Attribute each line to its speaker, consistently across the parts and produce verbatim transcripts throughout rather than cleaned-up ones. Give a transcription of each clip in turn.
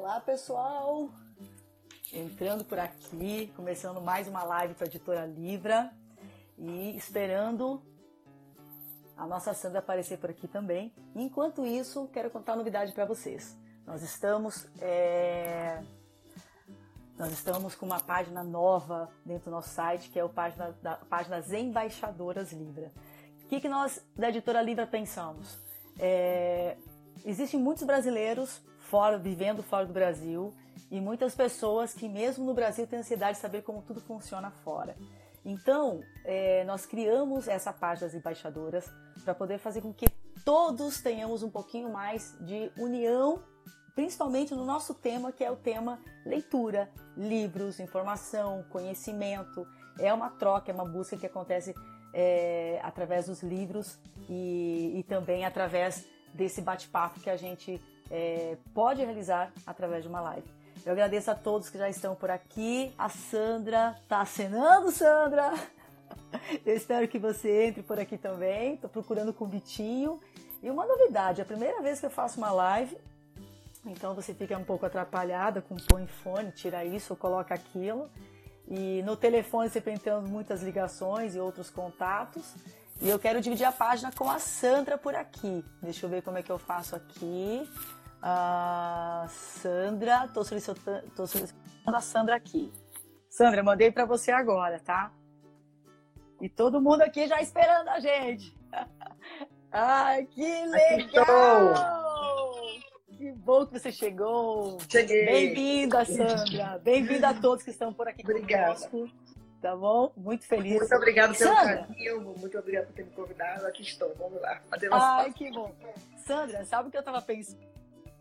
Speaker 1: Olá, pessoal! Entrando por aqui, começando mais uma live com a Editora Libra e esperando a nossa Sandra aparecer por aqui também. Enquanto isso, quero contar uma novidade para vocês. Nós estamos, é... Nós estamos com uma página nova dentro do nosso site, que é a página, da, a página As Embaixadoras Libra. O que, que nós, da Editora Libra, pensamos? É... Existem muitos brasileiros fora, vivendo fora do Brasil e muitas pessoas que mesmo no Brasil têm ansiedade de saber como tudo funciona fora. Então, é, nós criamos essa página das embaixadoras para poder fazer com que todos tenhamos um pouquinho mais de união, principalmente no nosso tema, que é o tema leitura, livros, informação, conhecimento. É uma troca, é uma busca que acontece é, através dos livros e, e também através desse bate-papo que a gente é, pode realizar através de uma live. Eu agradeço a todos que já estão por aqui. A Sandra tá acenando, Sandra! Eu espero que você entre por aqui também. Tô procurando o convitinho. E uma novidade, é a primeira vez que eu faço uma live, então você fica um pouco atrapalhada com põe fone, tira isso ou coloca aquilo. E no telefone sempre entrando muitas ligações e outros contatos. E eu quero dividir a página com a Sandra por aqui. Deixa eu ver como é que eu faço aqui. Ah, Sandra, tô solicitando, tô solicitando a Sandra aqui. Sandra, mandei para você agora, tá? E todo mundo aqui já esperando a gente. Ai, que legal! Que bom que você chegou.
Speaker 2: Cheguei.
Speaker 1: Bem-vinda, Sandra. Bem-vinda a todos que estão por aqui
Speaker 2: Obrigada.
Speaker 1: conosco. Tá bom? Muito feliz.
Speaker 2: Muito obrigada pelo
Speaker 1: Sandra.
Speaker 2: carinho, muito obrigada por ter me convidado. Aqui estou, vamos lá. Fazer nosso
Speaker 1: Ai,
Speaker 2: papo.
Speaker 1: que bom. Sandra, sabe o que eu tava pensando?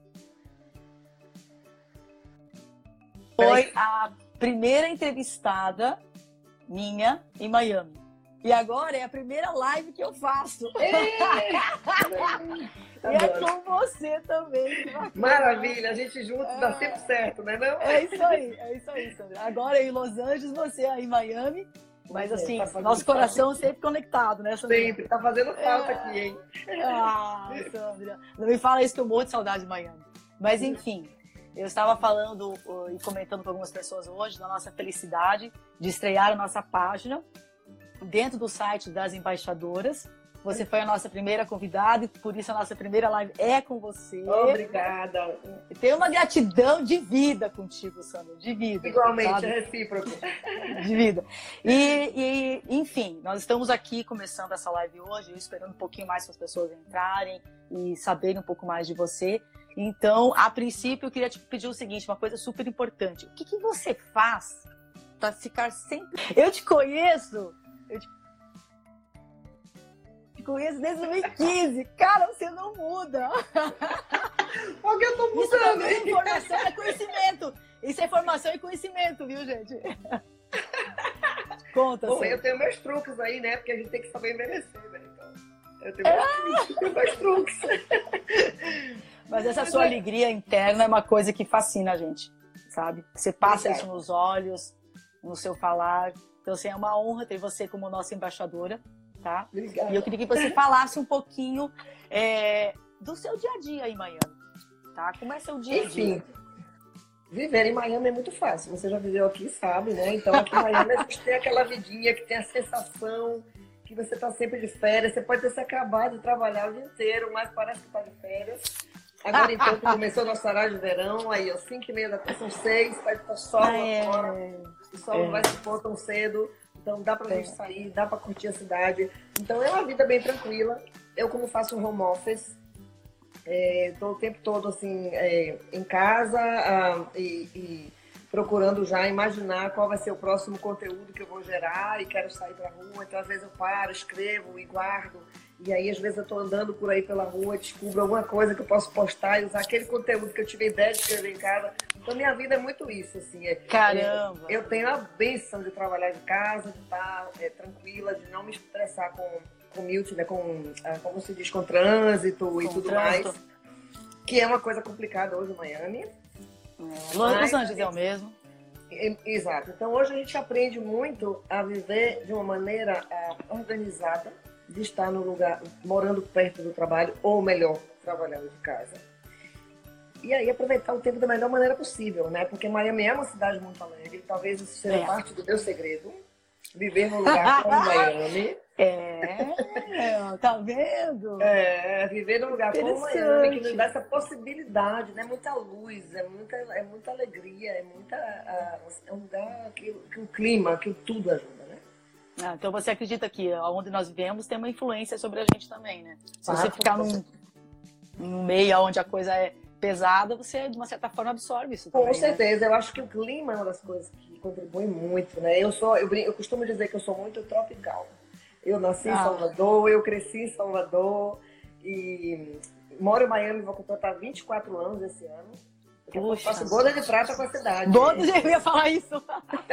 Speaker 1: Foi a primeira entrevistada minha em Miami. E agora é a primeira live que eu faço.
Speaker 2: É.
Speaker 1: E é com você também. Que bacana.
Speaker 2: Maravilha, a gente junto
Speaker 1: É.
Speaker 2: dá sempre certo, né? Não?
Speaker 1: É isso aí, é isso aí, Sandra. Agora é em Los Angeles, você aí em Miami. Mas
Speaker 2: Pois é,
Speaker 1: assim,
Speaker 2: tá fazendo
Speaker 1: nosso
Speaker 2: falta.
Speaker 1: coração sempre conectado, né, Sandra?
Speaker 2: Sempre, tá fazendo falta
Speaker 1: É.
Speaker 2: aqui, hein?
Speaker 1: Ah, Sandra, não me fala isso que eu morro de saudade de Miami. Mas enfim, eu estava falando uh, e comentando com algumas pessoas hoje da nossa felicidade de estrear a nossa página dentro do site das embaixadoras. Você foi a nossa primeira convidada e por isso a nossa primeira live é com você.
Speaker 2: Obrigada.
Speaker 1: Tenho uma gratidão de vida contigo, Sandra, de vida.
Speaker 2: Igualmente,
Speaker 1: sabe?
Speaker 2: é recíproco.
Speaker 1: De vida. E, e, enfim, nós estamos aqui começando essa live hoje, esperando um pouquinho mais para as pessoas entrarem e saberem um pouco mais de você. Então, a princípio, eu queria te pedir o seguinte, uma coisa super importante. O que, que você faz para ficar sempre... Eu te conheço, eu te te conheço desde dois mil e quinze. Cara, você não muda.
Speaker 2: Porque eu tô
Speaker 1: Isso
Speaker 2: mudando,
Speaker 1: também é
Speaker 2: hein?
Speaker 1: informação, é conhecimento. Isso é informação e conhecimento, viu, gente? Conta,
Speaker 2: Bom,
Speaker 1: Sandra.
Speaker 2: eu tenho meus truques aí, né? Porque a gente tem que saber envelhecer, né? Então, eu tenho meus, eu tenho meus truques.
Speaker 1: Mas essa sua alegria interna é uma coisa que fascina a gente, sabe? Você passa
Speaker 2: Obrigada.
Speaker 1: isso nos olhos, no seu falar. Então, assim, é uma honra ter você como nossa embaixadora, tá?
Speaker 2: Obrigada.
Speaker 1: E eu queria que você falasse um pouquinho é, do seu dia a dia aí em Miami, tá? Como é seu dia a dia?
Speaker 2: Enfim, viver em Miami é muito fácil. Você já viveu aqui, sabe, né? Então, aqui em Miami a gente tem aquela vidinha que tem a sensação que você tá sempre de férias. Você pode ter se acabado de trabalhar o dia inteiro, mas parece que tá de férias. Agora, então, que começou o nosso horário de verão, aí, às cinco e meia da tarde, são seis, vai estar sol lá
Speaker 1: É,
Speaker 2: fora. O sol
Speaker 1: é.
Speaker 2: não vai se pôr tão cedo. Então, dá pra
Speaker 1: É.
Speaker 2: gente sair, dá pra curtir a cidade. Então, é uma vida bem tranquila. Eu, como faço um home office, estou o tempo todo assim é, em casa ah, e, e procurando já imaginar qual vai ser o próximo conteúdo que eu vou gerar e quero sair para a rua. Então, às vezes eu paro, escrevo e guardo. E aí, às vezes eu estou andando por aí pela rua, descubro alguma coisa que eu posso postar e usar aquele conteúdo que eu tive ideia de escrever em casa. Então, minha vida é muito isso, assim. É,
Speaker 1: Caramba!
Speaker 2: é, eu tenho a bênção de trabalhar de casa, de estar é, tranquila, de não me estressar com commute, né, com, como se diz, com trânsito
Speaker 1: Com
Speaker 2: e tudo
Speaker 1: trânsito.
Speaker 2: mais, que é uma coisa complicada hoje em Miami.
Speaker 1: É, Los Angeles é o mesmo.
Speaker 2: É, exato. Então, hoje a gente aprende muito a viver de uma maneira é, organizada, de estar no lugar, morando perto do trabalho, ou melhor, trabalhando de casa. E aí aproveitar o tempo da melhor maneira possível, né? Porque Miami é uma cidade muito alegre, talvez isso seja é. parte do meu segredo. Viver num lugar como Miami.
Speaker 1: É, tá vendo?
Speaker 2: É, viver num lugar como Miami, que nos dá essa possibilidade, né? Muita luz, é muita, é muita alegria, é, muita, é um lugar que, que o clima, que tudo ajuda, né?
Speaker 1: Ah, então você acredita que onde nós vivemos tem uma influência sobre a gente também, né? Se
Speaker 2: Ah,
Speaker 1: você ficar num, num meio onde a coisa é pesada, você de uma certa forma absorve isso também.
Speaker 2: Com certeza,
Speaker 1: né?
Speaker 2: Eu acho que o clima é uma das coisas que contribui muito, né? Eu sou, eu, eu costumo dizer que eu sou muito tropical. Eu nasci ah. em Salvador, eu cresci em Salvador e moro em Miami, vou completar vinte e quatro anos esse ano. Eu faço boda de prata com a cidade.
Speaker 1: Boda de... Eu ia falar isso.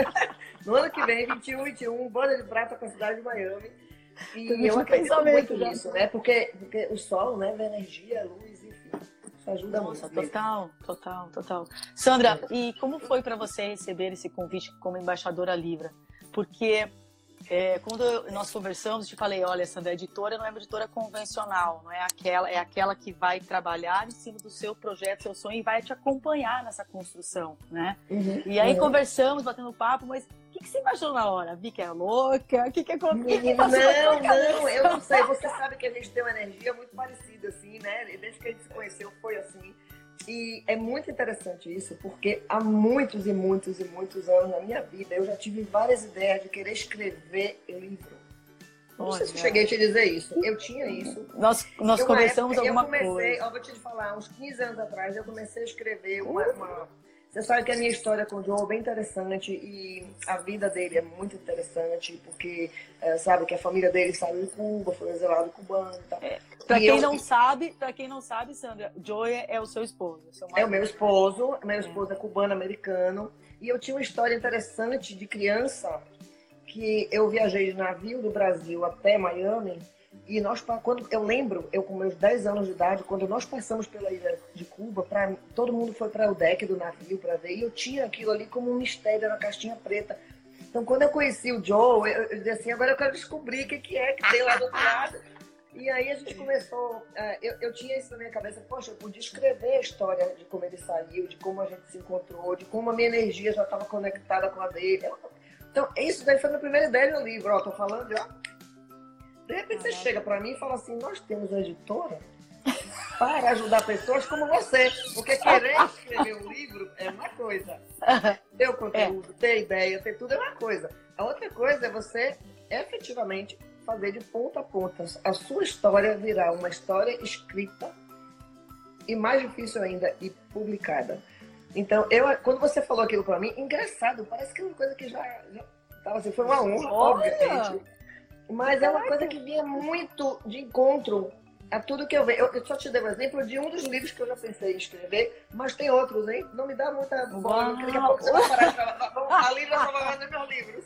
Speaker 2: No ano que vem, vinte e um, vinte e um, boda de prata com a cidade de Miami. E eu acredito muito nisso, né? Porque, porque o sol, né? A energia, a luz, enfim. Isso ajuda
Speaker 1: Nossa,
Speaker 2: muito.
Speaker 1: Total, total, total. Sandra, e como foi para você receber esse convite como embaixadora Livra? Porque é, quando nós conversamos, eu te falei, olha, Sandra, a editora não é uma editora convencional, não é aquela, é aquela que vai trabalhar em cima do seu projeto, seu sonho e vai te acompanhar nessa construção, né?
Speaker 2: Uhum,
Speaker 1: e aí
Speaker 2: uhum.
Speaker 1: conversamos, batendo papo, mas o que, que você imaginou na hora? Vi que é louca? O que, que aconteceu?
Speaker 2: Menina, não, não, eu não sei. Você sabe que a gente tem uma energia muito parecida, assim, né? Desde que a gente se conheceu foi assim. E é muito interessante isso, porque há muitos e muitos e muitos anos na minha vida eu já tive várias ideias de querer escrever livro. Não Olha. sei se eu cheguei a te dizer isso. Eu tinha isso.
Speaker 1: Nós, nós conversamos época, alguma
Speaker 2: eu comecei,
Speaker 1: coisa.
Speaker 2: Eu vou te falar, uns quinze anos atrás eu comecei a escrever uma... uma... Você sabe que a minha história com o Joe é bem interessante e a vida dele é muito interessante, porque é, sabe que a família dele saiu de Cuba, foi exilado cubano e tal.
Speaker 1: É, para quem
Speaker 2: eu...
Speaker 1: não sabe, para quem não sabe, Sandra, Joe é o seu esposo. Seu
Speaker 2: é o meu esposo, meu esposo é, é cubano-americano. E eu tinha uma história interessante de criança, que eu viajei de navio do Brasil até Miami. E nós, quando eu lembro, eu com meus dez anos de idade, quando nós passamos pela ilha de Cuba, pra, todo mundo foi para o deck do navio para ver, e eu tinha aquilo ali como um mistério na caixinha preta. Então, quando eu conheci o Joe, eu, eu disse assim, agora eu quero descobrir o que, que é que tem lá do outro lado. E aí a gente começou, uh, eu, eu tinha isso na minha cabeça, poxa, eu podia escrever a história de como ele saiu, de como a gente se encontrou, de como a minha energia já estava conectada com a dele. Então, isso daí foi a minha primeira ideia no livro, ó, tô falando, ó. De repente você chega para mim e fala assim, nós temos uma editora para ajudar pessoas como você. Porque querer escrever um livro é uma coisa. Ter o conteúdo, ter ideia, ter tudo é uma coisa. A outra coisa é você efetivamente fazer de ponta a ponta a sua história virar uma história escrita e mais difícil ainda, e publicada. Então, eu, quando você falou aquilo para mim, engraçado, parece que é uma coisa que já, já tava assim, foi uma honra, obviamente. Mas é uma coisa que vinha muito de encontro a tudo que eu vejo. Eu, eu só te dei um exemplo de um dos livros que eu já pensei em escrever, mas tem outros, hein? Não me dá muita bola. Daqui a pouco você vai parar de falar. A Lívia só vai fazer meus livros.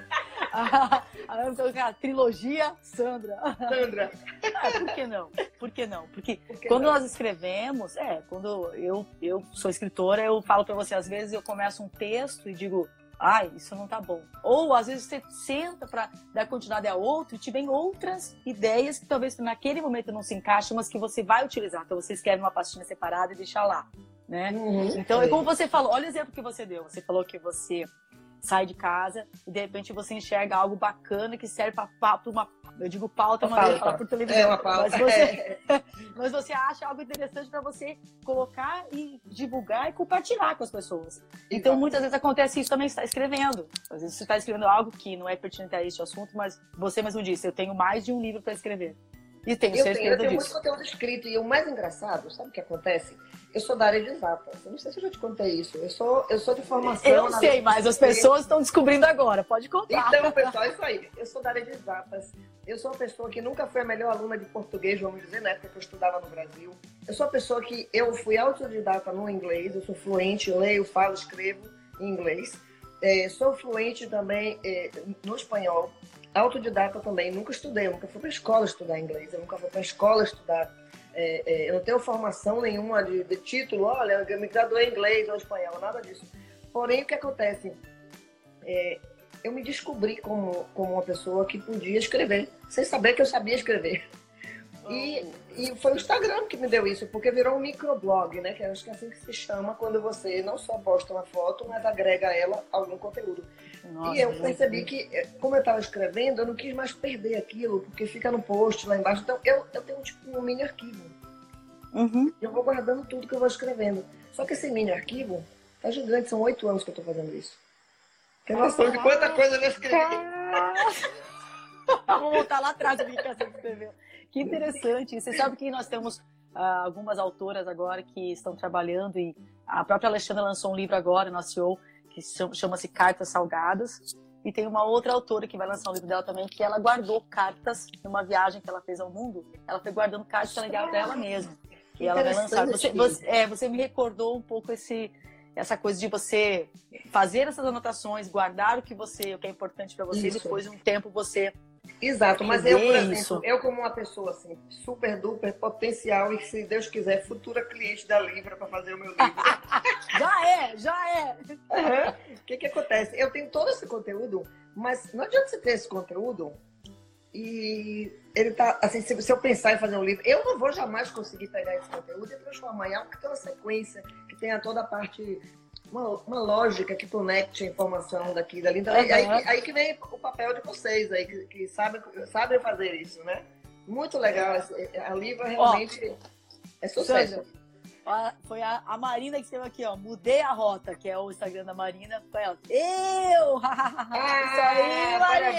Speaker 1: Ah, a trilogia Sandra.
Speaker 2: Sandra.
Speaker 1: Ah, por que não? Por que não? Porque
Speaker 2: por que
Speaker 1: quando
Speaker 2: não?
Speaker 1: nós escrevemos, é, quando eu, eu sou escritora, eu falo pra você, às vezes eu começo um texto e digo, ai, isso não tá bom. Ou às vezes você senta para dar continuidade a outro e te vem outras ideias que talvez naquele momento não se encaixem, mas que você vai utilizar. Então você escreve uma pastinha separada e deixa lá, né?
Speaker 2: Uhum,
Speaker 1: então, é como você falou, olha o exemplo que você deu. Você falou que você sai de casa e de repente você enxerga algo bacana que serve para uma, eu digo pauta, mas eu falo por televisão.
Speaker 2: É uma pauta.
Speaker 1: Mas você, mas você acha algo interessante para você colocar e divulgar e compartilhar com as pessoas. Então, muitas vezes acontece isso também, você está escrevendo. Às vezes você está escrevendo algo que não é pertinente a este assunto, mas você mesmo disse, eu tenho mais de um livro para escrever. E tenho
Speaker 2: eu
Speaker 1: certeza
Speaker 2: tenho, eu tenho
Speaker 1: disso.
Speaker 2: muito conteúdo escrito. E o mais engraçado, sabe o que acontece? Eu sou da área de exatas. Eu não sei se eu já te contei isso. Eu sou, eu sou de formação...
Speaker 1: Eu sei, mas as pessoas estão descobrindo agora. Pode contar.
Speaker 2: Então, pessoal, é isso aí. Eu sou da área de exatas. Eu sou uma pessoa que nunca foi a melhor aluna de português, vamos dizer, na época que eu estudava no Brasil. Eu sou uma pessoa que eu fui autodidata no inglês. Eu sou fluente, leio, falo, escrevo em inglês. É, sou fluente também é, no espanhol. Autodidata também. Nunca estudei, eu nunca fui para a escola estudar inglês. Eu nunca fui para a escola estudar... É, é, eu não tenho formação nenhuma de, de título, olha, eu me graduei em inglês ou espanhol, nada disso. Porém, o que acontece? É, eu me descobri como, como uma pessoa que podia escrever, sem saber que eu sabia escrever. E, e foi o Instagram que me deu isso, porque virou um microblog, né? Que eu acho que é assim que se chama quando você não só posta uma foto, mas agrega a ela algum conteúdo. Nossa, e eu percebi que, como eu estava escrevendo, eu não quis mais perder aquilo, porque fica no post lá embaixo. Então, eu, eu tenho tipo um mini arquivo.
Speaker 1: Uhum.
Speaker 2: Eu vou guardando tudo que eu vou escrevendo. Só que esse mini arquivo tá gigante, são oito anos que eu tô fazendo isso. Tem noção de quanta coisa eu já escrevi?
Speaker 1: Vamos voltar lá atrás do que você escreveu. Que interessante. Você sabe que nós temos uh, algumas autoras agora que estão trabalhando, e a própria Alexandra lançou um livro agora na C E O que chama-se Cartas Salgadas, e tem uma outra autora que vai lançar um livro dela também, que ela guardou cartas numa viagem que ela fez ao mundo. Ela foi guardando cartas para enviar para ela mesma. E ela vai lançar. Você, você, é, você me recordou um pouco esse, essa coisa de você fazer essas anotações, guardar o que você, o que é importante para você, e depois de um tempo você...
Speaker 2: Exato, mas eu, por exemplo, isso. eu como uma pessoa assim, super duper potencial, e se Deus quiser, futura cliente da Livra para fazer o meu livro.
Speaker 1: Já é, já é!
Speaker 2: O uhum. que que acontece? Eu tenho todo esse conteúdo, mas não adianta você ter esse conteúdo e ele tá, assim, se, se eu pensar em fazer um livro, eu não vou jamais conseguir pegar esse conteúdo e transformar em algo que tem uma sequência, que tenha toda a parte... Uma, uma lógica que conecte a informação daqui e dali. Então, uhum. aí, aí, aí que vem o papel de vocês aí, que, que sabem, sabem fazer isso, né? Muito legal. A Livra realmente oh, é sucesso.
Speaker 1: Sandra, a, foi a, a Marina que escreveu aqui, ó. Mudei a rota, que é o Instagram da Marina. Foi ela. Eu!
Speaker 2: Ah,
Speaker 1: isso aí,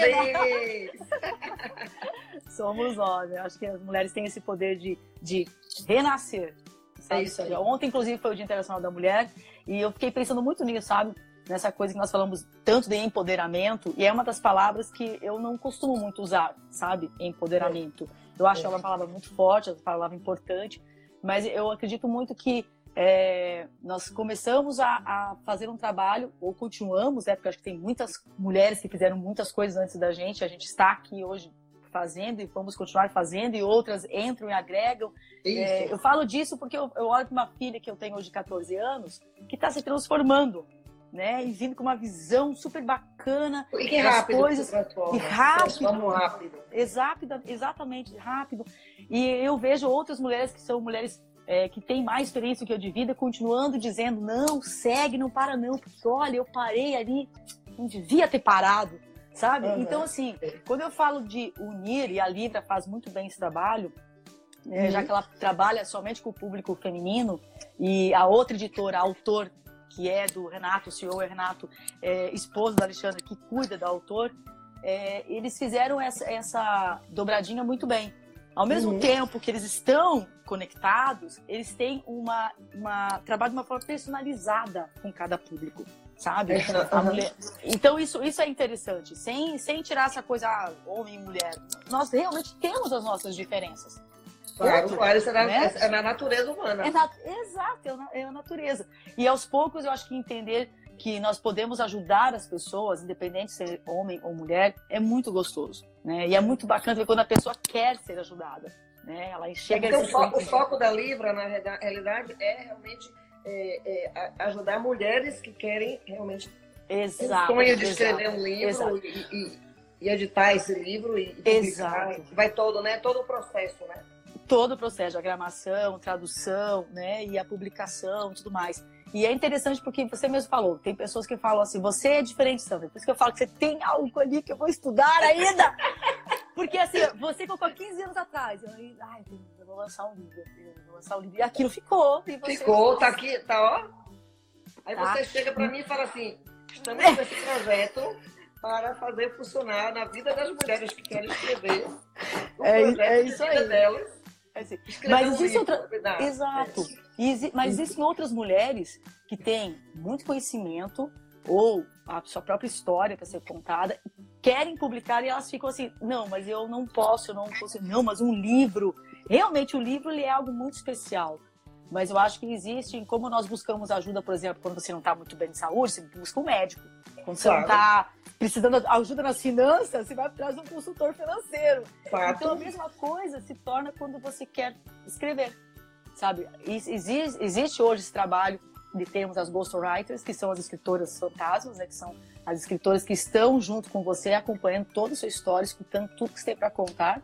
Speaker 2: Marina!
Speaker 1: Parabéns! Somos nós. Eu acho que as mulheres têm esse poder de, de renascer. Sabe? É isso aí. Ontem, inclusive, foi o Dia Internacional da Mulher. E eu fiquei pensando muito nisso, sabe? Nessa coisa que nós falamos tanto de empoderamento. E é uma das palavras que eu não costumo muito usar, sabe? Empoderamento. Eu acho é. ela uma palavra muito forte, uma palavra importante. Mas eu acredito muito que é, nós começamos a, a fazer um trabalho, ou continuamos, né? Porque eu acho que tem muitas mulheres que fizeram muitas coisas antes da gente. A gente está aqui hoje fazendo e vamos continuar fazendo, e outras entram e agregam. É, eu falo disso porque eu, eu olho para uma filha que eu tenho hoje de catorze anos, que está se transformando, né? E vindo com uma visão super bacana.
Speaker 2: E que rápido
Speaker 1: coisas,
Speaker 2: se transforma.
Speaker 1: E rápido.
Speaker 2: Se transforma rápido.
Speaker 1: Exato, exatamente, rápido. E eu vejo outras mulheres que são mulheres é, que têm mais experiência que eu de vida, continuando dizendo, não, segue, não para não, porque olha, eu parei ali, não devia ter parado. Sabe? Uhum. Então, assim, quando eu falo de unir, e a Livra faz muito bem esse trabalho, uhum. é, já que ela trabalha somente com o público feminino, e a outra editora, a Autor, que é do Renato, o C E O é Renato, é, esposo do Alexandre, que cuida da Autor, é, eles fizeram essa, essa dobradinha muito bem. Ao mesmo uhum. tempo que eles estão conectados, eles têm uma, uma trabalho de uma forma personalizada com cada público. Sabe? A mulher... Então isso, isso é interessante, sem, sem tirar essa coisa ah, homem e mulher. Nós realmente temos as nossas diferenças.
Speaker 2: Claro, Outro, claro, isso é na, né? é na natureza humana.
Speaker 1: É na... Exato, é, na, é a natureza. E aos poucos eu acho que entender que nós podemos ajudar as pessoas, independente de ser homem ou mulher, é muito gostoso. Né? E é muito bacana ver quando a pessoa quer ser ajudada. Né? Ela enxerga
Speaker 2: então,
Speaker 1: esse
Speaker 2: o, fo- o foco da Livra, na realidade, é realmente é, é, ajudar mulheres que querem realmente
Speaker 1: exato,
Speaker 2: o sonho de escrever
Speaker 1: exato,
Speaker 2: um livro e, e, e editar esse livro e, e publicar.
Speaker 1: Exato.
Speaker 2: Vai todo, né? Todo o processo, né?
Speaker 1: Todo o processo, de diagramação, tradução, né? E a publicação e tudo mais. E é interessante porque você mesmo falou, tem pessoas que falam assim, você é diferente, Sandra. Por isso que eu falo que você tem algo ali que eu vou estudar ainda. Porque assim, você colocou quinze anos atrás. Eu, ai, eu vou lançar um livro, eu vou lançar um livro. E aquilo ficou. E você...
Speaker 2: Ficou, tá aqui, tá ó. Aí
Speaker 1: tá.
Speaker 2: Você chega pra mim e fala assim, estamos nesse projeto para fazer funcionar na vida das mulheres que querem escrever.
Speaker 1: É, é isso aí.
Speaker 2: Delas.
Speaker 1: É assim. Mas existe outra... Exato.
Speaker 2: É.
Speaker 1: Exi... Mas existem outras mulheres que têm muito conhecimento ou a sua própria história para ser contada, querem publicar e elas ficam assim, não, mas eu não posso, eu não consigo, não, mas um livro, realmente o livro ele é algo muito especial, mas eu acho que existe, como nós buscamos ajuda, por exemplo, quando você não está muito bem de saúde, você busca um médico, quando você claro. não está precisando de ajuda nas finanças, você vai atrás de um consultor financeiro, claro. Então a mesma coisa se torna quando você quer escrever, sabe, existe, existe hoje esse trabalho de termos as ghostwriters, que são as escritoras fantasmas, né, que são as escritoras que estão junto com você, acompanhando toda a sua história, escutando tudo que você tem para contar.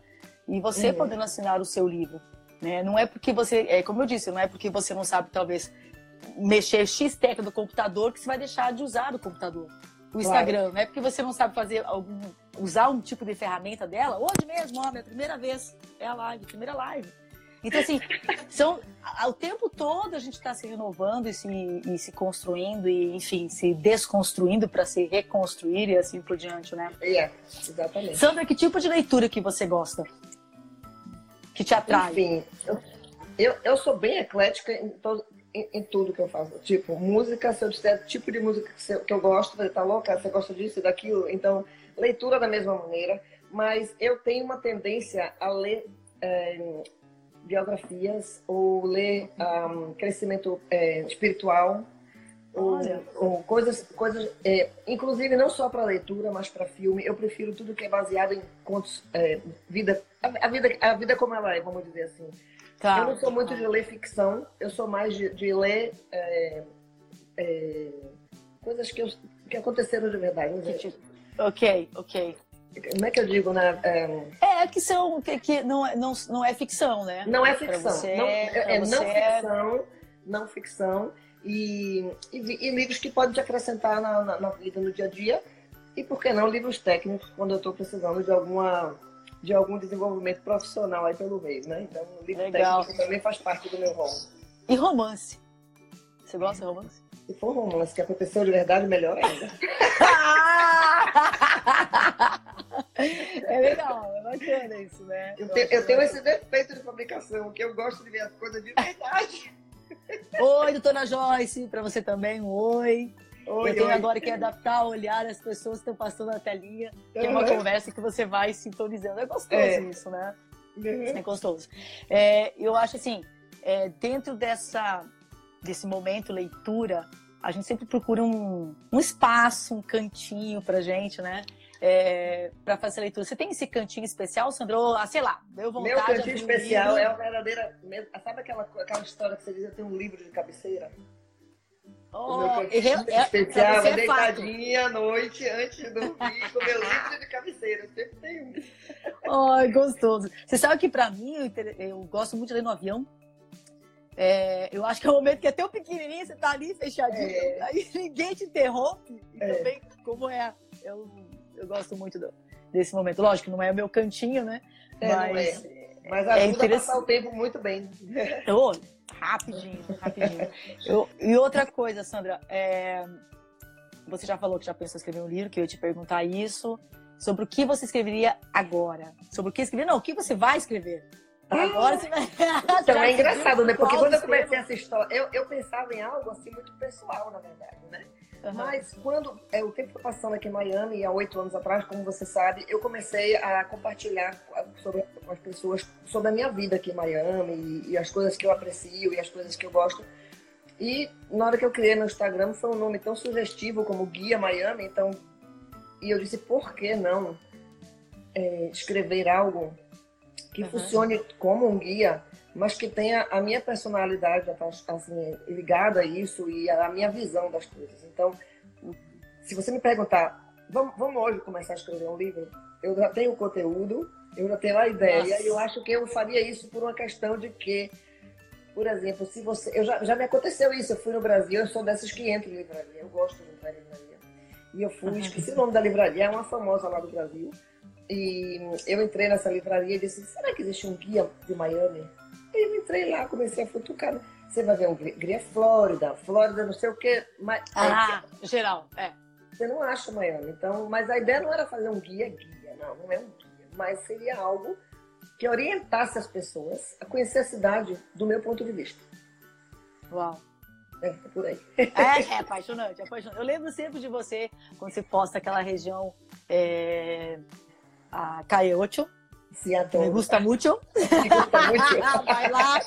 Speaker 1: e você
Speaker 2: Uhum.
Speaker 1: podendo assinar o seu livro, né? Não é porque você, é como eu disse, não é porque você não sabe talvez mexer X tecla do computador que você vai deixar de usar o computador. O Instagram, claro. Não é porque você não sabe fazer algum, usar um tipo de ferramenta dela. Hoje mesmo, ó, minha primeira vez é a live, primeira live. Então, assim, são, ao tempo todo a gente está se renovando e se, e se construindo e, enfim, se desconstruindo para se reconstruir e assim por diante, né?
Speaker 2: É, exatamente.
Speaker 1: Sandra, que tipo de leitura que você gosta? Que te atrai?
Speaker 2: Enfim, eu, eu, eu sou bem eclética em, todo, em, em tudo que eu faço. Tipo, música, se eu disser tipo de música que, você, que eu gosto, você tá louca? Você gosta disso e daquilo? Então, leitura da mesma maneira. Mas eu tenho uma tendência a ler... É, biografias ou ler um, crescimento é, espiritual ou, ou coisas, coisas é, inclusive não só para leitura, mas para filme. Eu prefiro tudo que é baseado em contos, é, vida, a, a vida, a vida como ela é, vamos dizer assim. Tá. Eu não sou muito de ler ficção, eu sou mais de, de ler é, é, coisas que, eu, que aconteceram de verdade.
Speaker 1: Ok, ok.
Speaker 2: Como é que eu digo, né?
Speaker 1: É, é que são que, que não, é, não, não é ficção, né?
Speaker 2: Não é ficção.
Speaker 1: Você,
Speaker 2: não, é
Speaker 1: você
Speaker 2: não ficção, não ficção e, e, e livros que podem te acrescentar na, na, na vida, no dia a dia. E por que não livros técnicos quando eu estou precisando de alguma de algum desenvolvimento profissional aí pelo meio, né? Então, o livro
Speaker 1: Legal.
Speaker 2: técnico também faz parte do meu rol.
Speaker 1: E romance? Você gosta de romance?
Speaker 2: Se for romance que aconteceu de verdade, melhor ainda.
Speaker 1: É legal, é bacana isso, né?
Speaker 2: Eu, te, eu tenho esse defeito de fabricação, que eu gosto de ver as coisas de verdade.
Speaker 1: Oi, doutora Joyce, para você também, um oi.
Speaker 2: Oi,
Speaker 1: eu tenho
Speaker 2: oi.
Speaker 1: agora que adaptar o olhar das pessoas que estão passando na telinha, que é uma conversa que você vai sintonizando. É gostoso é. isso, né? Uhum. É gostoso. É, eu acho assim, é, dentro dessa, desse momento leitura, a gente sempre procura um, um espaço, um cantinho pra gente, né? É, para fazer leitura. Você tem esse cantinho especial, Sandro? Ah, sei lá, deu vontade.
Speaker 2: Meu cantinho
Speaker 1: de
Speaker 2: especial
Speaker 1: um
Speaker 2: é a verdadeira... Sabe aquela, aquela história que você diz, eu tenho um livro de cabeceira?
Speaker 1: Oh,
Speaker 2: o meu cantinho
Speaker 1: é,
Speaker 2: especial é,
Speaker 1: é
Speaker 2: deitadinha à noite, antes de dormir, com meu livro de cabeceira. Eu sempre tenho um.
Speaker 1: Oh, gostoso. Você sabe que pra mim, eu, eu gosto muito de ler no avião. É, eu acho que é o momento que é tão pequenininho, você tá ali fechadinho, é. aí ninguém te interrompe. E é. também, como é, eu, eu gosto muito do, desse momento. Lógico que não é o meu cantinho, né?
Speaker 2: É,
Speaker 1: mas,
Speaker 2: não é. Mas ajuda é a passar o tempo muito bem.
Speaker 1: Eu, rapidinho, rapidinho. Eu, e outra coisa, Sandra, é, você já falou que já pensou em escrever um livro, que eu ia te perguntar isso, sobre o que você escreveria agora. Sobre o que escrever? Não, o que você vai escrever. Agora você vai...
Speaker 2: Então é engraçado, né? Porque quando eu comecei essa história, eu, eu pensava em algo assim muito pessoal, na verdade, né? Uhum. Mas quando é, o tempo foi passando aqui em Miami, há oito anos atrás, como você sabe, eu comecei a compartilhar sobre, com as pessoas sobre a minha vida aqui em Miami e, e as coisas que eu aprecio e as coisas que eu gosto. E na hora que eu criei meu Instagram, foi um nome tão sugestivo como Guia Miami, então... E eu disse, por que não é, escrever algo que uhum. funcione como um guia, mas que tenha a minha personalidade assim, ligada a isso e a minha visão das coisas. Então, se você me perguntar, vamos, vamos hoje começar a escrever um livro? Eu já tenho o conteúdo, eu já tenho a ideia, Nossa. e eu acho que eu faria isso por uma questão de que, por exemplo, se você... Eu já, já me aconteceu isso, eu fui no Brasil, eu sou dessas que entram em livraria, eu gosto de entrar em livraria. E eu fui, uhum. esqueci o nome da livraria, é uma famosa lá do Brasil. E eu entrei nessa livraria e disse, será que existe um guia de Miami? E eu entrei lá, comecei a futucar. Você vai ver um guia Flórida, Flórida não sei o quê. Mas,
Speaker 1: ah, é, geral, é.
Speaker 2: Você não acha Miami. Então, mas a ideia não era fazer um guia-guia, não, não é um guia. Mas seria algo que orientasse as pessoas a conhecer a cidade do meu ponto de vista.
Speaker 1: Uau.
Speaker 2: É, é por aí.
Speaker 1: É, é apaixonante, é apaixonante. Eu lembro sempre de você, quando você posta aquela região... É... a Caiocho,
Speaker 2: sí, a todo.
Speaker 1: Me gusta muito.
Speaker 2: Me gusta muito.
Speaker 1: Vai lá.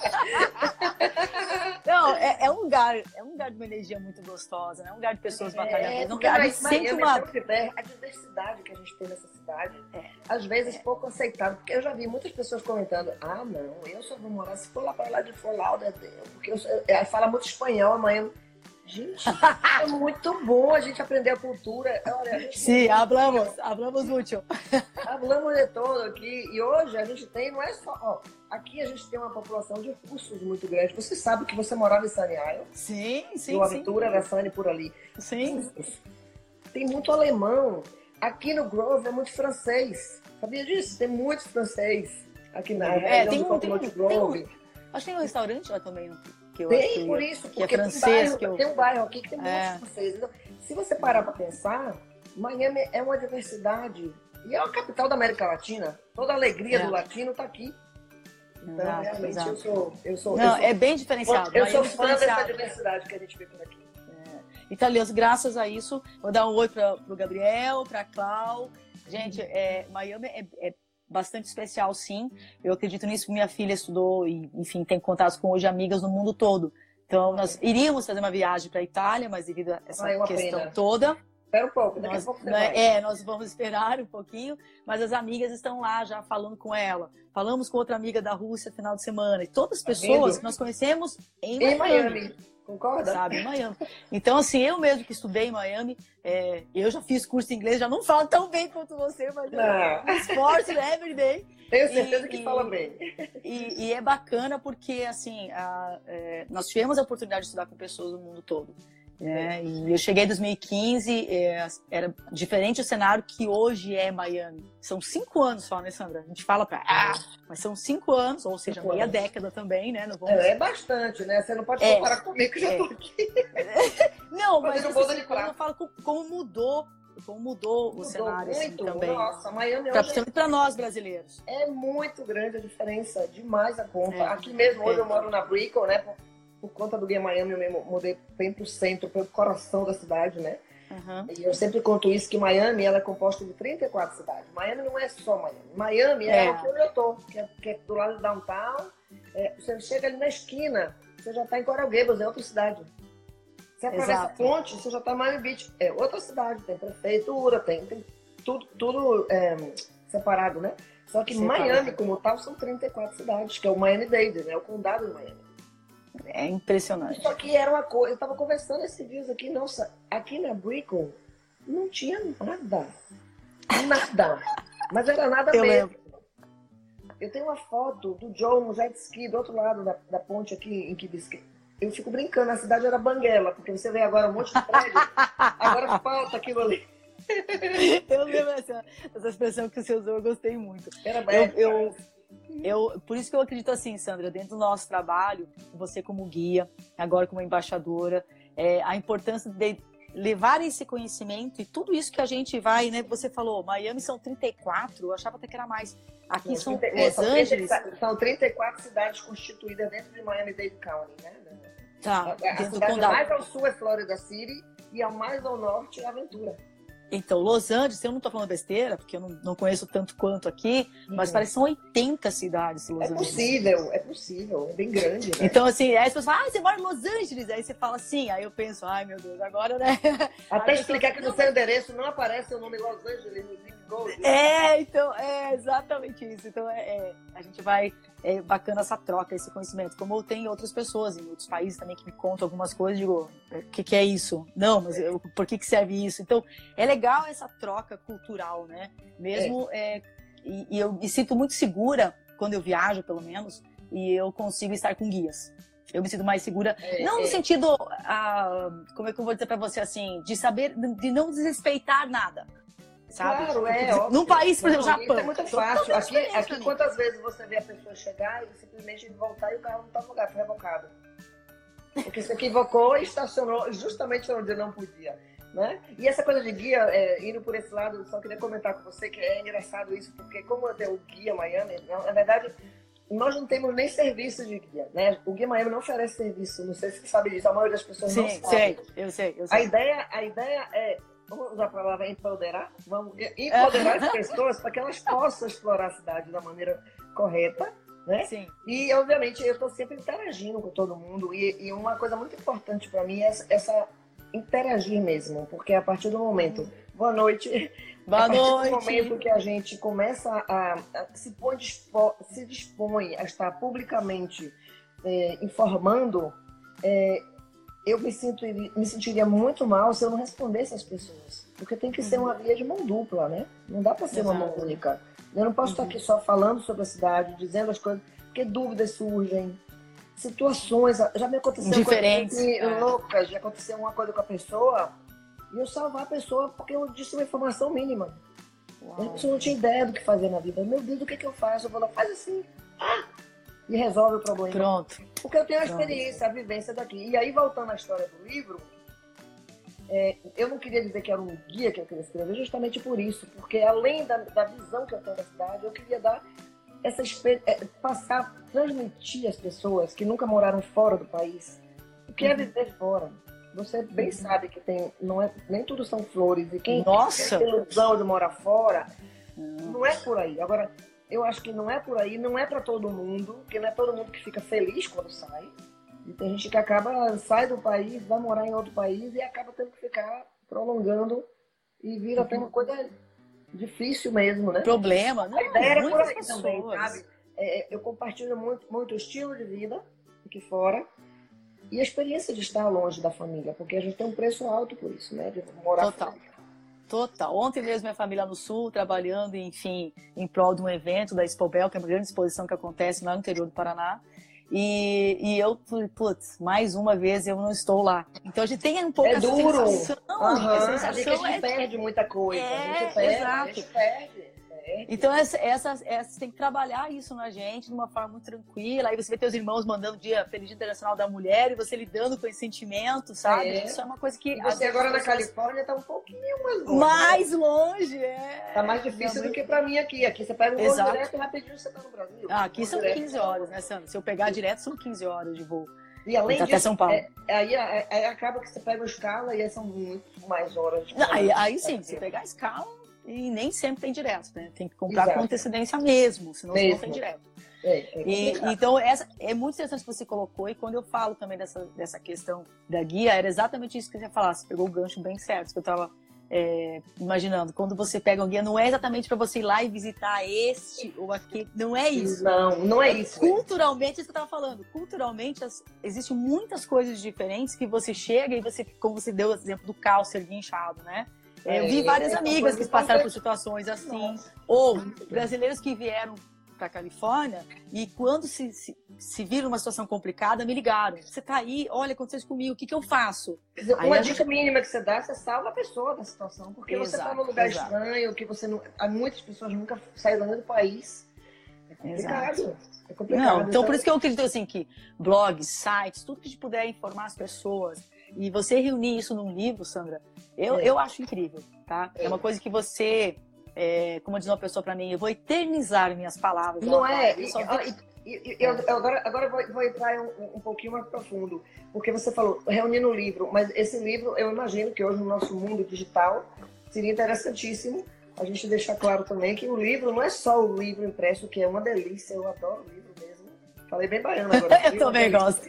Speaker 1: Não, é, é um lugar, é um lugar de uma energia muito gostosa, né? Um lugar de pessoas batalhadoras, é, um lugar de sempre uma...
Speaker 2: A diversidade que a gente tem nessa cidade, é, às vezes é. pouco aceitável, porque eu já vi muitas pessoas comentando, ah, não, eu só vou morar se for lá para lá de Fort Lauderdale, porque eu, eu, fala muito espanhol, amanhã... Gente, é muito bom a gente aprender a cultura. Olha, a gente
Speaker 1: Sim, hablamos, hablamos muito.
Speaker 2: Falamos o dia todo aqui. E hoje a gente tem, não é só... Ó, aqui a gente tem uma população de russos muito grande. Você sabe que você morava em Sunny Isle?
Speaker 1: Sim, sim,
Speaker 2: Deu
Speaker 1: sim.
Speaker 2: aventura da Sunny por ali.
Speaker 1: Sim.
Speaker 2: Tem muito alemão. Aqui no Grove é muito francês. Sabia disso? Tem muito francês. Aqui na
Speaker 1: é, tem um,
Speaker 2: tem
Speaker 1: um,
Speaker 2: Grove.
Speaker 1: Tem um, acho que tem um restaurante lá também. Que eu
Speaker 2: tem,
Speaker 1: acho
Speaker 2: por
Speaker 1: que,
Speaker 2: isso.
Speaker 1: Que é
Speaker 2: porque
Speaker 1: francês.
Speaker 2: tem, bairro,
Speaker 1: que eu...
Speaker 2: tem um bairro aqui que tem
Speaker 1: é.
Speaker 2: muitos franceses. Então, se você parar para pensar, Miami é uma diversidade. E é a capital da América Latina. Toda a alegria é. do latino está aqui. Então,
Speaker 1: exato,
Speaker 2: realmente,
Speaker 1: exato.
Speaker 2: eu sou... Eu sou
Speaker 1: Não,
Speaker 2: eu sou,
Speaker 1: é bem diferenciado.
Speaker 2: Eu sou
Speaker 1: é
Speaker 2: fã dessa diversidade que a gente vê por aqui.
Speaker 1: É. Italianos, graças a isso, vou dar um oi para o Gabriel, para a Clau. Gente, é, Miami é, é bastante especial, sim. Eu acredito nisso, minha filha estudou e, enfim, tem contatos com hoje amigas no mundo todo. Então, nós iríamos fazer uma viagem para a Itália, mas devido a essa
Speaker 2: Ai,
Speaker 1: questão
Speaker 2: pena.
Speaker 1: toda...
Speaker 2: Espera um pouco, daqui
Speaker 1: nós,
Speaker 2: a pouco você
Speaker 1: né,
Speaker 2: vai.
Speaker 1: É, nós vamos esperar um pouquinho, mas as amigas estão lá já falando com ela. Falamos com outra amiga da Rússia no final de semana. E todas as pessoas que nós conhecemos em Miami.
Speaker 2: Em Miami. Concorda?
Speaker 1: Sabe, em Miami. Então, assim, eu mesmo que estudei em Miami, é, eu já fiz curso de inglês, já não falo tão bem quanto você, mas eu esforço every day.
Speaker 2: Tenho certeza e, que
Speaker 1: e,
Speaker 2: fala bem.
Speaker 1: E, e é bacana porque, assim, a, é, nós tivemos a oportunidade de estudar com pessoas do mundo todo. É, e eu cheguei em dois mil e quinze, é, era diferente o cenário que hoje é Miami. São cinco anos só, né, Sandra? A gente fala pra... Ah, mas são cinco anos, ou seja, cinco meia anos. década também, né? Não vamos...
Speaker 2: é, é bastante, né? Você não pode é, comparar comigo que já é. tô aqui.
Speaker 1: Não, mas assim, eu falo como mudou, como mudou, mudou o cenário
Speaker 2: muito,
Speaker 1: assim, também.
Speaker 2: Nossa, Miami
Speaker 1: pra,
Speaker 2: hoje
Speaker 1: para nós brasileiros.
Speaker 2: É muito grande a diferença, demais a conta. É. Aqui mesmo, hoje eu moro na Brickell, né? Por conta do Guia Miami, eu me mudei bem pro centro, pelo coração da cidade, né? Uhum. E eu sempre conto isso, que Miami ela é composta de trinta e quatro cidades. Miami não é só Miami. Miami é, é aqui onde eu tô, que é, que é do lado do downtown. É, você chega ali na esquina, você já tá em Coral Gables, é outra cidade. Você atravessa a ponte, você já tá em Miami Beach, é outra cidade. Tem prefeitura, tem, tem tudo, tudo é, separado, né? Só que separado. Miami, como tal, são trinta e quatro cidades, que é o Miami-Dade, né? O condado de Miami.
Speaker 1: É impressionante.
Speaker 2: Isso aqui era uma coisa. Eu estava conversando esses dias aqui, nossa, aqui na Brickell não tinha nada. Nada. Mas era nada eu mesmo. Lembro. Eu tenho uma foto do Joe no jet ski do outro lado da, da ponte aqui em Key Biscayne. Eu fico brincando, a cidade era banguela, porque você vê agora um monte de prédio, agora falta aquilo ali.
Speaker 1: Eu lembro essa, essa expressão que você usou, eu gostei muito.
Speaker 2: Era bem.
Speaker 1: Eu, eu, Eu, por isso que eu acredito assim, Sandra, dentro do nosso trabalho, você como guia, agora como embaixadora, é, a importância de levar esse conhecimento e tudo isso que a gente vai, né? Você falou, Miami são trinta e quatro, eu achava até que era mais. Aqui Não, são trinta, Los é, Angeles...
Speaker 2: São trinta e quatro cidades constituídas dentro de Miami-Dade County, né?
Speaker 1: Tá,
Speaker 2: a, a cidade mais ao sul é Florida City e ao mais ao norte é Aventura.
Speaker 1: Então, Los Angeles, eu não tô falando besteira, porque eu não, não conheço tanto quanto aqui, uhum. mas parece que são oitenta cidades Los
Speaker 2: é
Speaker 1: Angeles.
Speaker 2: Possível, é possível, é bem grande, né?
Speaker 1: Então, assim, aí as pessoas falam, ah, você mora em Los Angeles? Aí você fala assim, aí eu penso, ai meu Deus, agora, né?
Speaker 2: Até
Speaker 1: aí
Speaker 2: explicar que no seu endereço não aparece o nome Los Angeles no Zip Code.
Speaker 1: É, então, é exatamente isso. Então, é, é, a gente vai, é bacana essa troca, esse conhecimento. Como eu tenho outras pessoas em outros países também que me contam algumas coisas, digo, o que, que é isso? Não, mas eu, por que, que serve isso? Então, é legal essa troca cultural, né? Mesmo, é. É, e, e eu me sinto muito segura quando eu viajo, pelo menos, e eu consigo estar com guias. Eu me sinto mais segura, é, não no é. sentido, ah, como é que eu vou dizer pra você assim, de saber, de não desrespeitar nada. Sabe?
Speaker 2: Claro, é. Óbvio.
Speaker 1: Num país, por exemplo, Japão.
Speaker 2: Isso é muito fácil. Aqui, aqui quantas vezes você vê a pessoa chegar e simplesmente voltar e o carro não está no lugar, foi revocado. Porque se equivocou e estacionou justamente onde não podia. Né? E essa coisa de guia, é, indo por esse lado, eu só queria comentar com você que é engraçado isso, porque como eu tenho o Guia Miami, na verdade, nós não temos nem serviço de guia, né? O Guia Miami não oferece serviço, não sei se você sabe disso, a maioria das pessoas
Speaker 1: Sim,
Speaker 2: não sabe.
Speaker 1: Sei, eu sei, eu sei.
Speaker 2: A ideia, a ideia é, vamos usar a palavra empoderar, vamos empoderar as pessoas para que elas possam explorar a cidade da maneira correta, né?
Speaker 1: Sim.
Speaker 2: E, obviamente, eu estou sempre interagindo com todo mundo e, e uma coisa muito importante para mim é essa, essa interagir mesmo, porque a partir do momento, boa noite,
Speaker 1: boa
Speaker 2: a partir
Speaker 1: noite.
Speaker 2: do momento que a gente começa a, a se, põe, se dispõe a estar publicamente é, informando, é, eu me, sinto, me sentiria muito mal se eu não respondesse às pessoas. Porque tem que ser uma via de mão dupla, né? Não dá para ser Exato. Uma mão única. Eu não posso uhum. estar aqui só falando sobre a cidade, dizendo as coisas, porque dúvidas surgem, situações, já me aconteceu
Speaker 1: diferentes,
Speaker 2: coisa
Speaker 1: é.
Speaker 2: loucas, já aconteceu uma coisa com a pessoa e eu salvar a pessoa porque eu disse uma informação mínima. Uau. A pessoa não tinha ideia do que fazer na vida. Meu Deus, o que, que eu faço? Eu vou lá, faz assim. Ah! E resolve o problema.
Speaker 1: Pronto.
Speaker 2: Porque eu tenho a
Speaker 1: Pronto.
Speaker 2: experiência, a vivência daqui. E aí, voltando à história do livro, é, eu não queria dizer que era um guia que eu queria escrever, justamente por isso. Porque além da, da visão que eu tenho da cidade, eu queria dar essa experiência, passar, transmitir às pessoas que nunca moraram fora do país o que é viver fora. Você bem uhum. sabe que tem, não é, nem tudo são flores. E quem
Speaker 1: Nossa.
Speaker 2: tem ilusão de morar fora,
Speaker 1: uhum.
Speaker 2: não é por aí. Agora, eu acho que não é por aí, não é para todo mundo, porque não é todo mundo que fica feliz quando sai. E tem gente que acaba, sai do país, vai morar em outro país e acaba tendo que ficar prolongando e vira uhum. até uma coisa difícil mesmo, né?
Speaker 1: Problema, não,
Speaker 2: a ideia era por aí
Speaker 1: pessoas.
Speaker 2: Também, sabe? É, eu compartilho muito, muito o estilo de vida aqui fora e a experiência de estar longe da família, porque a gente tem um preço alto por isso, né? De morar
Speaker 1: Total.
Speaker 2: fora.
Speaker 1: Total. Ontem mesmo minha família no Sul, trabalhando, enfim, em prol de um evento da Expobel, que é uma grande exposição que acontece lá no interior do Paraná. E, e eu falei, putz, mais uma vez eu não estou lá. Então a gente tem um pouco
Speaker 2: é
Speaker 1: essa
Speaker 2: duro.
Speaker 1: sensação.
Speaker 2: Uhum.
Speaker 1: A sensação
Speaker 2: a gente, a gente
Speaker 1: é...
Speaker 2: perde muita coisa.
Speaker 1: É,
Speaker 2: a gente perde,
Speaker 1: exato.
Speaker 2: A gente perde.
Speaker 1: Então, essa, essa, essa, você tem que trabalhar isso na gente de uma forma muito tranquila. Aí você vê teus irmãos mandando dia Feliz Dia Internacional da Mulher e você lidando com esse sentimento, sabe?
Speaker 2: É.
Speaker 1: Isso é uma coisa que...
Speaker 2: E você agora na
Speaker 1: pessoas...
Speaker 2: Califórnia tá um pouquinho mais longe.
Speaker 1: Mais
Speaker 2: né?
Speaker 1: longe, é.
Speaker 2: Tá mais difícil do que pra mim aqui. Aqui você pega um voo direto e rapidinho você tá no Brasil.
Speaker 1: Ah, aqui
Speaker 2: um
Speaker 1: são
Speaker 2: direto,
Speaker 1: quinze horas, né, Sandra? Se eu pegar direto, são quinze horas de voo.
Speaker 2: E além
Speaker 1: tá
Speaker 2: disso,
Speaker 1: até São Paulo.
Speaker 2: É, aí, aí, aí acaba que você pega uma escala e aí são muito mais horas. De
Speaker 1: Não, aí, aí sim, se pegar a escala... E nem sempre tem direto, né? Tem que comprar Exato. Com antecedência mesmo, senão mesmo. Você não tem direto.
Speaker 2: É, é
Speaker 1: e, então, essa, é muito interessante que você colocou, e quando eu falo também dessa, dessa questão da guia, era exatamente isso que você ia falar, você pegou o gancho bem certo, que eu estava é, imaginando. Quando você pega um guia, não é exatamente para você ir lá e visitar este ou aquele, não é isso.
Speaker 2: Não, não é isso.
Speaker 1: Culturalmente, isso que eu estava falando, culturalmente, as, existem muitas coisas diferentes que você chega e você, como você deu o exemplo do cálcer inchado, né? Eu vi várias é, amigas que passaram por situações assim, Nossa. Ou brasileiros que vieram para a Califórnia e quando se, se, se viram numa situação complicada, me ligaram. Você tá aí, olha, aconteceu isso comigo, o que, que eu faço?
Speaker 2: Dizer,
Speaker 1: aí
Speaker 2: uma
Speaker 1: dica
Speaker 2: gente... mínima que você dá, você salva a pessoa da situação, porque exato, você está num lugar exato. Estranho, que você não... muitas pessoas nunca saíram do país. É complicado. Exato. É complicado.
Speaker 1: Não, então, então por isso que eu acredito assim que blogs, sites, tudo que a gente puder informar as pessoas e você reunir isso num livro, Sandra, eu, é. eu acho incrível, tá? É, é uma coisa que você, é, como diz uma pessoa pra mim, eu vou eternizar minhas palavras.
Speaker 2: Não é? E, e, e, eu, agora agora vou, vou entrar um, um pouquinho mais profundo, porque você falou, reunir no livro, mas esse livro, eu imagino que hoje no nosso mundo digital seria interessantíssimo a gente deixar claro também que o livro não é só o livro impresso, que é uma delícia, eu adoro o livro mesmo. Falei bem baiano agora.
Speaker 1: eu também gosto.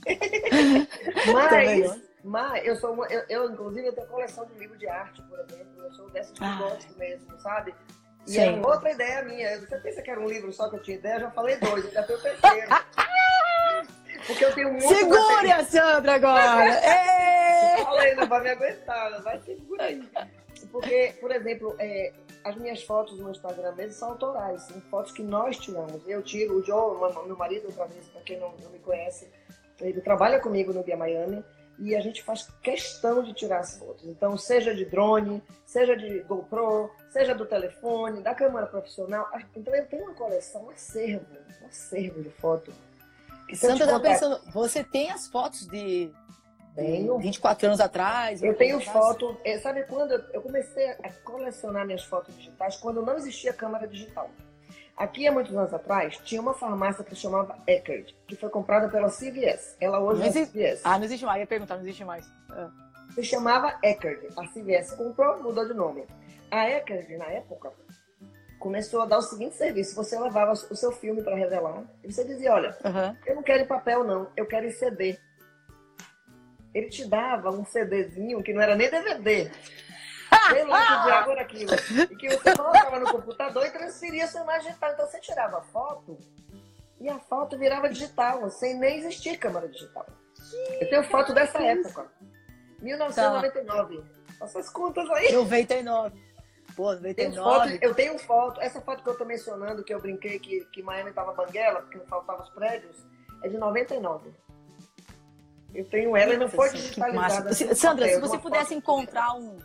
Speaker 2: Mas... Mas eu sou uma, eu, eu, inclusive, eu tenho coleção de livros de arte, por exemplo. Eu sou dessas que ah. gosto mesmo, sabe? E Sim. era outra ideia minha. Você pensa que era um livro só que eu tinha ideia? Eu já falei dois, eu já tenho o terceiro. Porque eu tenho muito.
Speaker 1: Segure a Sandra agora!
Speaker 2: Falei, não vai me aguentar, não vai segurar aí. Porque, por exemplo, é, as minhas fotos no Instagram mesmo são autorais, são fotos que nós tiramos. Eu tiro, o Joe, meu marido, outra vez, para quem não, não me conhece, ele trabalha comigo no Guia Miami. E a gente faz questão de tirar as fotos. Então, seja de drone, seja de GoPro, seja do telefone, da câmera profissional. Então, eu tenho uma coleção, um acervo, um acervo de foto.
Speaker 1: Sandra, tá pensando, você tem as fotos de, de vinte e quatro anos atrás?
Speaker 2: Eu tenho foto... Sabe quando eu comecei a colecionar minhas fotos digitais? Quando não existia câmera digital. Aqui, há muitos anos atrás, tinha uma farmácia que se chamava Eckerd, que foi comprada pela C V S. Ela hoje não é
Speaker 1: existe...
Speaker 2: C V S.
Speaker 1: Ah, não existe mais. Eu ia perguntar, não existe mais. Ah.
Speaker 2: Se chamava Eckerd. A C V S comprou, mudou de nome. A Eckerd, na época, começou a dar o seguinte serviço. Você levava o seu filme para revelar e você dizia, olha, uhum. eu não quero em papel, não. Eu quero em C D. Ele te dava um CDzinho que não era nem D V D. Sei lá que diabo era aquilo. E que você colocava no computador e transferia sua imagem digital. Então você tirava a foto e a foto virava digital, sem nem existir câmera digital. Eu tenho foto dessa época. mil novecentos e noventa e nove. Tá. Faça as contas aí.
Speaker 1: noventa e nove. Pô, noventa e nove.
Speaker 2: Tenho foto, eu tenho foto. Essa foto que eu tô mencionando, que eu brinquei que, que Miami tava banguela, porque não faltavam os prédios, é de noventa e nove. Eu tenho ela e não foi digitalizada.
Speaker 1: Sandra, se você pudesse encontrar um...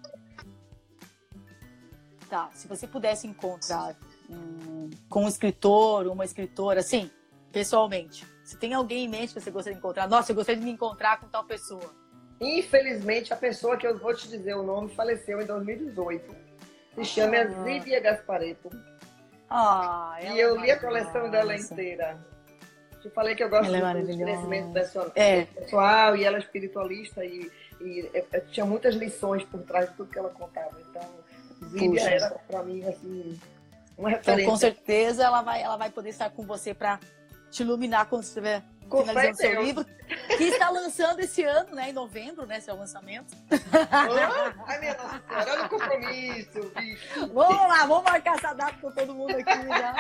Speaker 1: Tá, se você pudesse encontrar um, com um escritor, uma escritora, assim, pessoalmente, se tem alguém em mente que você gostaria de encontrar, nossa, eu gostaria de me encontrar com tal pessoa.
Speaker 2: Infelizmente, a pessoa que eu vou te dizer o nome faleceu em dois mil e dezoito. Se chama ah. Zíbia Gasparetto.
Speaker 1: Ah,
Speaker 2: e eu li a coleção dela inteira. Te falei que eu gosto
Speaker 1: ela
Speaker 2: de
Speaker 1: é
Speaker 2: crescimento pessoal,
Speaker 1: é.
Speaker 2: pessoal e ela é espiritualista e, e, e tinha muitas lições por trás de tudo que ela contava. Então, Zíbia era pra mim assim, uma referência.
Speaker 1: Então, com certeza ela vai, ela vai poder estar com você para te iluminar quando você estiver finalizando seu livro, que está lançando esse ano, né? Em novembro, né? Seu lançamento.
Speaker 2: Oh, ai, minha Nossa Senhora, olha o compromisso, bicho.
Speaker 1: Vamos lá, vamos marcar essa data com todo mundo aqui já.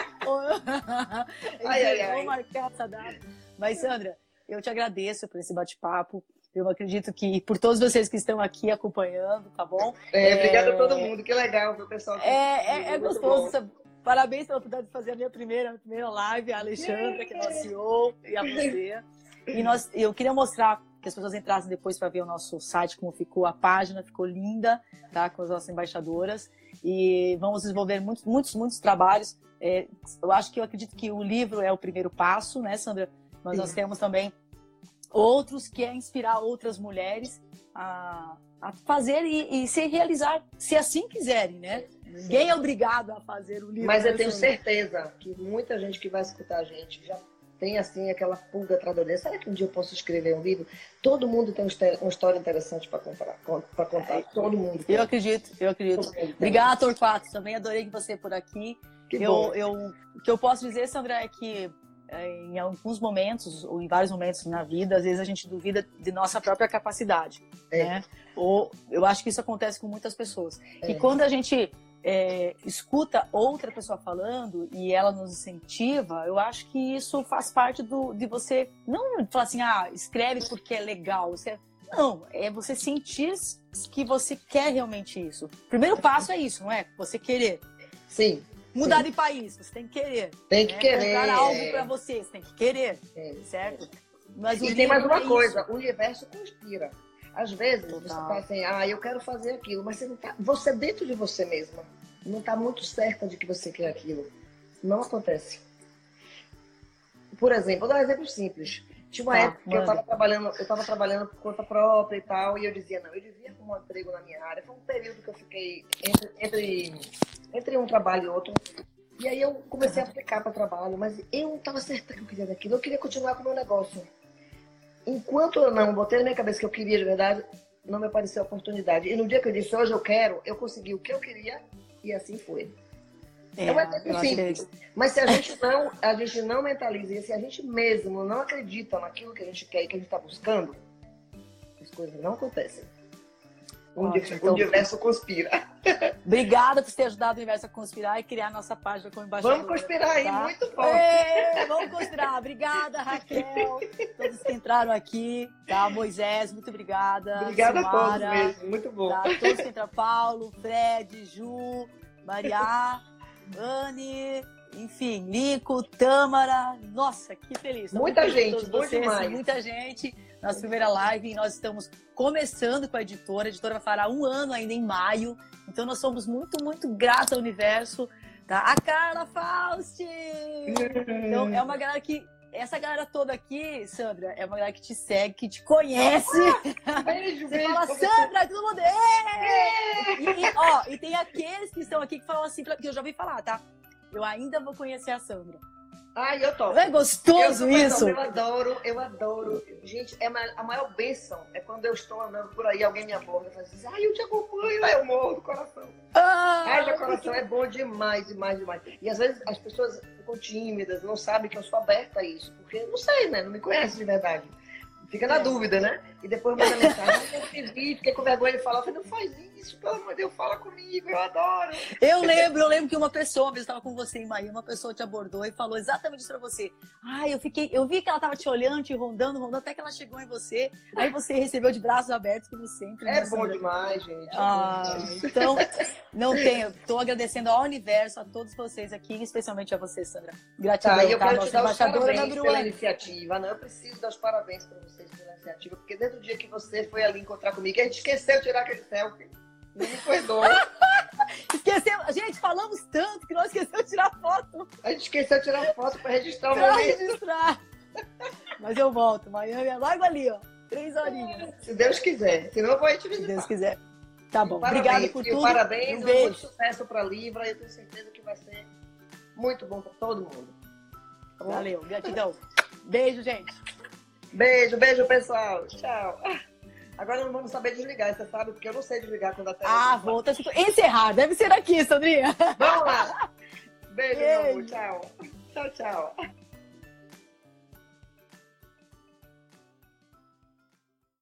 Speaker 2: ai, ai, ai.
Speaker 1: Vamos marcar essa data. Mas, Sandra, eu te agradeço por esse bate-papo. Eu acredito que por todos vocês que estão aqui acompanhando, tá bom?
Speaker 2: É, obrigada é... a todo mundo, que legal o pessoal.
Speaker 1: É, é, é gostoso. Sabe? Parabéns pela oportunidade de fazer a minha primeira, minha primeira live, a Alexandra, que é nossa C E O, e a você. E nós, eu queria mostrar que as pessoas entrassem depois para ver o nosso site, como ficou a página, ficou linda, tá? Com as nossas embaixadoras. E vamos desenvolver muitos, muitos, muitos trabalhos. É, eu acho que eu acredito que o livro é o primeiro passo, né, Sandra? Mas Sim. nós temos também outros que é inspirar outras mulheres a, a fazer e, e se realizar, se assim quiserem, né? Ninguém é obrigado a fazer o livro.
Speaker 2: Mas eu tenho certeza que muita gente que vai escutar a gente já tem, assim, aquela pulga atrás da orelha. Será que um dia eu posso escrever um livro? Todo mundo tem uma história interessante para contar. Pra contar. Todo mundo tem.
Speaker 1: Eu acredito, eu acredito. Obrigada, Torquato. Também adorei que você por aqui.
Speaker 2: Que
Speaker 1: eu,
Speaker 2: bom.
Speaker 1: eu, o que eu posso dizer, Sandra, é que em alguns momentos, ou em vários momentos na vida, às vezes a gente duvida de nossa própria capacidade. É. Né? Ou, eu acho que isso acontece com muitas pessoas. É. E quando a gente é, escuta outra pessoa falando e ela nos incentiva, eu acho que isso faz parte do, de você não falar assim, ah, escreve porque é legal. Você, não, é você sentir que você quer realmente isso. O primeiro passo é isso, não é? Você querer.
Speaker 2: Sim.
Speaker 1: Mudar
Speaker 2: Sim.
Speaker 1: de país, você tem que querer.
Speaker 2: Tem que
Speaker 1: né?
Speaker 2: querer.
Speaker 1: Comprar algo para você, você tem que querer, é. certo?
Speaker 2: Mas e tem mais uma é coisa, isso. O universo conspira. Às vezes Total. Você fala assim, ah, eu quero fazer aquilo, mas você não tá, você dentro de você mesma não está muito certa de que você quer aquilo. Não acontece. Por exemplo, vou dar um exemplo simples. Tinha uma tá, época que manda. eu estava trabalhando, eu estava trabalhando por conta própria e tal, e eu dizia, não, eu devia arrumar um emprego na minha área. Foi um período que eu fiquei entre, entre, entre um trabalho e outro. E aí eu comecei a aplicar para trabalho, mas eu não estava certa que eu queria daquilo. Eu queria continuar com o meu negócio. Enquanto eu não botei na minha cabeça que eu queria de verdade, não me apareceu a oportunidade. E no dia que eu disse, hoje eu quero, eu consegui o que eu queria e assim foi. É, é um exemplo simples. Que... Mas se a gente, não, a gente não mentaliza e se a gente mesmo não acredita naquilo que a gente quer e que a gente está buscando, as coisas não acontecem. O então... universo conspira.
Speaker 1: Obrigada por ter ajudado o universo a conspirar e criar a nossa página como embaixadora.
Speaker 2: Vamos conspirar aí, tá? Muito bom.
Speaker 1: Ei, vamos conspirar. Obrigada, Raquel. Todos que entraram aqui. Tá, Moisés, muito obrigada.
Speaker 2: Obrigada
Speaker 1: Silmara,
Speaker 2: a todos mesmo, muito bom.
Speaker 1: Tá, todos que entraram. Paulo, Fred, Ju, Maria, Anne, enfim, Lico, Tâmara. Nossa, que feliz.
Speaker 2: Muita gente, bom
Speaker 1: vocês,
Speaker 2: demais.
Speaker 1: Muita gente. Nossa primeira live, e nós estamos começando com a editora. A editora vai fará um ano ainda em maio. Então nós somos muito, muito gratos ao universo. Tá? A Carla Fausti! Então é uma galera que... Essa galera toda aqui, Sandra, é uma galera que te segue, que te conhece.
Speaker 2: Ah, beijo,
Speaker 1: Você
Speaker 2: beijo,
Speaker 1: fala, Sandra, todo mundo... É! E, e, ó, e tem aqueles que estão aqui que falam assim, que eu já ouvi falar, tá? Eu ainda vou conhecer a Sandra.
Speaker 2: Ai, eu topo.
Speaker 1: Não é gostoso
Speaker 2: eu
Speaker 1: isso?
Speaker 2: Eu adoro, eu adoro. Gente, é a maior bênção é quando eu estou andando por aí, alguém me aborda e fala assim, ai, eu te acompanho, aí eu morro do coração.
Speaker 1: Ah,
Speaker 2: ai, meu coração é bom demais, demais, demais. E às vezes as pessoas ficam tímidas, não sabem que eu sou aberta a isso, porque não sei, né? Não me conhecem de verdade. Fica na
Speaker 1: É.
Speaker 2: dúvida, né? E depois manda mensagem, eu escrevi, fiquei com vergonha de falar. Eu falei, não faz isso, pelo amor de Deus, fala comigo, eu adoro.
Speaker 1: Eu lembro, eu lembro que uma pessoa, uma vez eu estava com você em Maí, uma pessoa te abordou e falou exatamente isso pra você. Ah, eu fiquei, eu vi que ela tava te olhando, te rondando, rondando, até que ela chegou em você. Aí você recebeu de braços abertos, como sempre.
Speaker 2: É
Speaker 1: né,
Speaker 2: bom
Speaker 1: Sandra?
Speaker 2: demais, gente. É
Speaker 1: Ah,
Speaker 2: bom demais.
Speaker 1: então, não tenho. Estou agradecendo ao universo, a todos vocês aqui, especialmente a você, Sandra. Gratidão,
Speaker 2: Tá, e eu
Speaker 1: tá?
Speaker 2: quero te
Speaker 1: Nossa
Speaker 2: dar os
Speaker 1: embaixadora
Speaker 2: parabéns
Speaker 1: number
Speaker 2: pela
Speaker 1: one.
Speaker 2: iniciativa. Não, eu preciso dar os parabéns para vocês pela iniciativa, porque desde o dia que você foi ali encontrar comigo, a gente esqueceu de tirar aquele selfie. Não me perdoa.
Speaker 1: Esquecemos, gente, falamos tanto que nós esquecemos de tirar foto
Speaker 2: A gente esqueceu de tirar foto para registrar o
Speaker 1: pra
Speaker 2: momento.
Speaker 1: registrar. Mas eu volto, Miami é logo ali, ó. Três horinhas.
Speaker 2: Se Deus quiser. Senão eu vou aí te
Speaker 1: Se
Speaker 2: visitar.
Speaker 1: Deus quiser. Tá bom.
Speaker 2: Parabéns,
Speaker 1: Obrigada por
Speaker 2: viu?
Speaker 1: tudo.
Speaker 2: Parabéns,
Speaker 1: Um
Speaker 2: e muito
Speaker 1: beijo.
Speaker 2: sucesso para a Libra. Eu tenho certeza que vai ser muito bom para todo mundo. Tá bom?
Speaker 1: Valeu, gratidão. Beijo, gente.
Speaker 2: Beijo, beijo, pessoal. Tchau. Agora não vamos saber desligar, você sabe, porque eu não sei desligar quando a tela.
Speaker 1: Ah, vou tá escrito encerrar. Deve ser aqui, Sandrinha.
Speaker 2: Vamos lá. Beijo, meu amor.
Speaker 1: Beijo.
Speaker 2: Tchau. Tchau, tchau.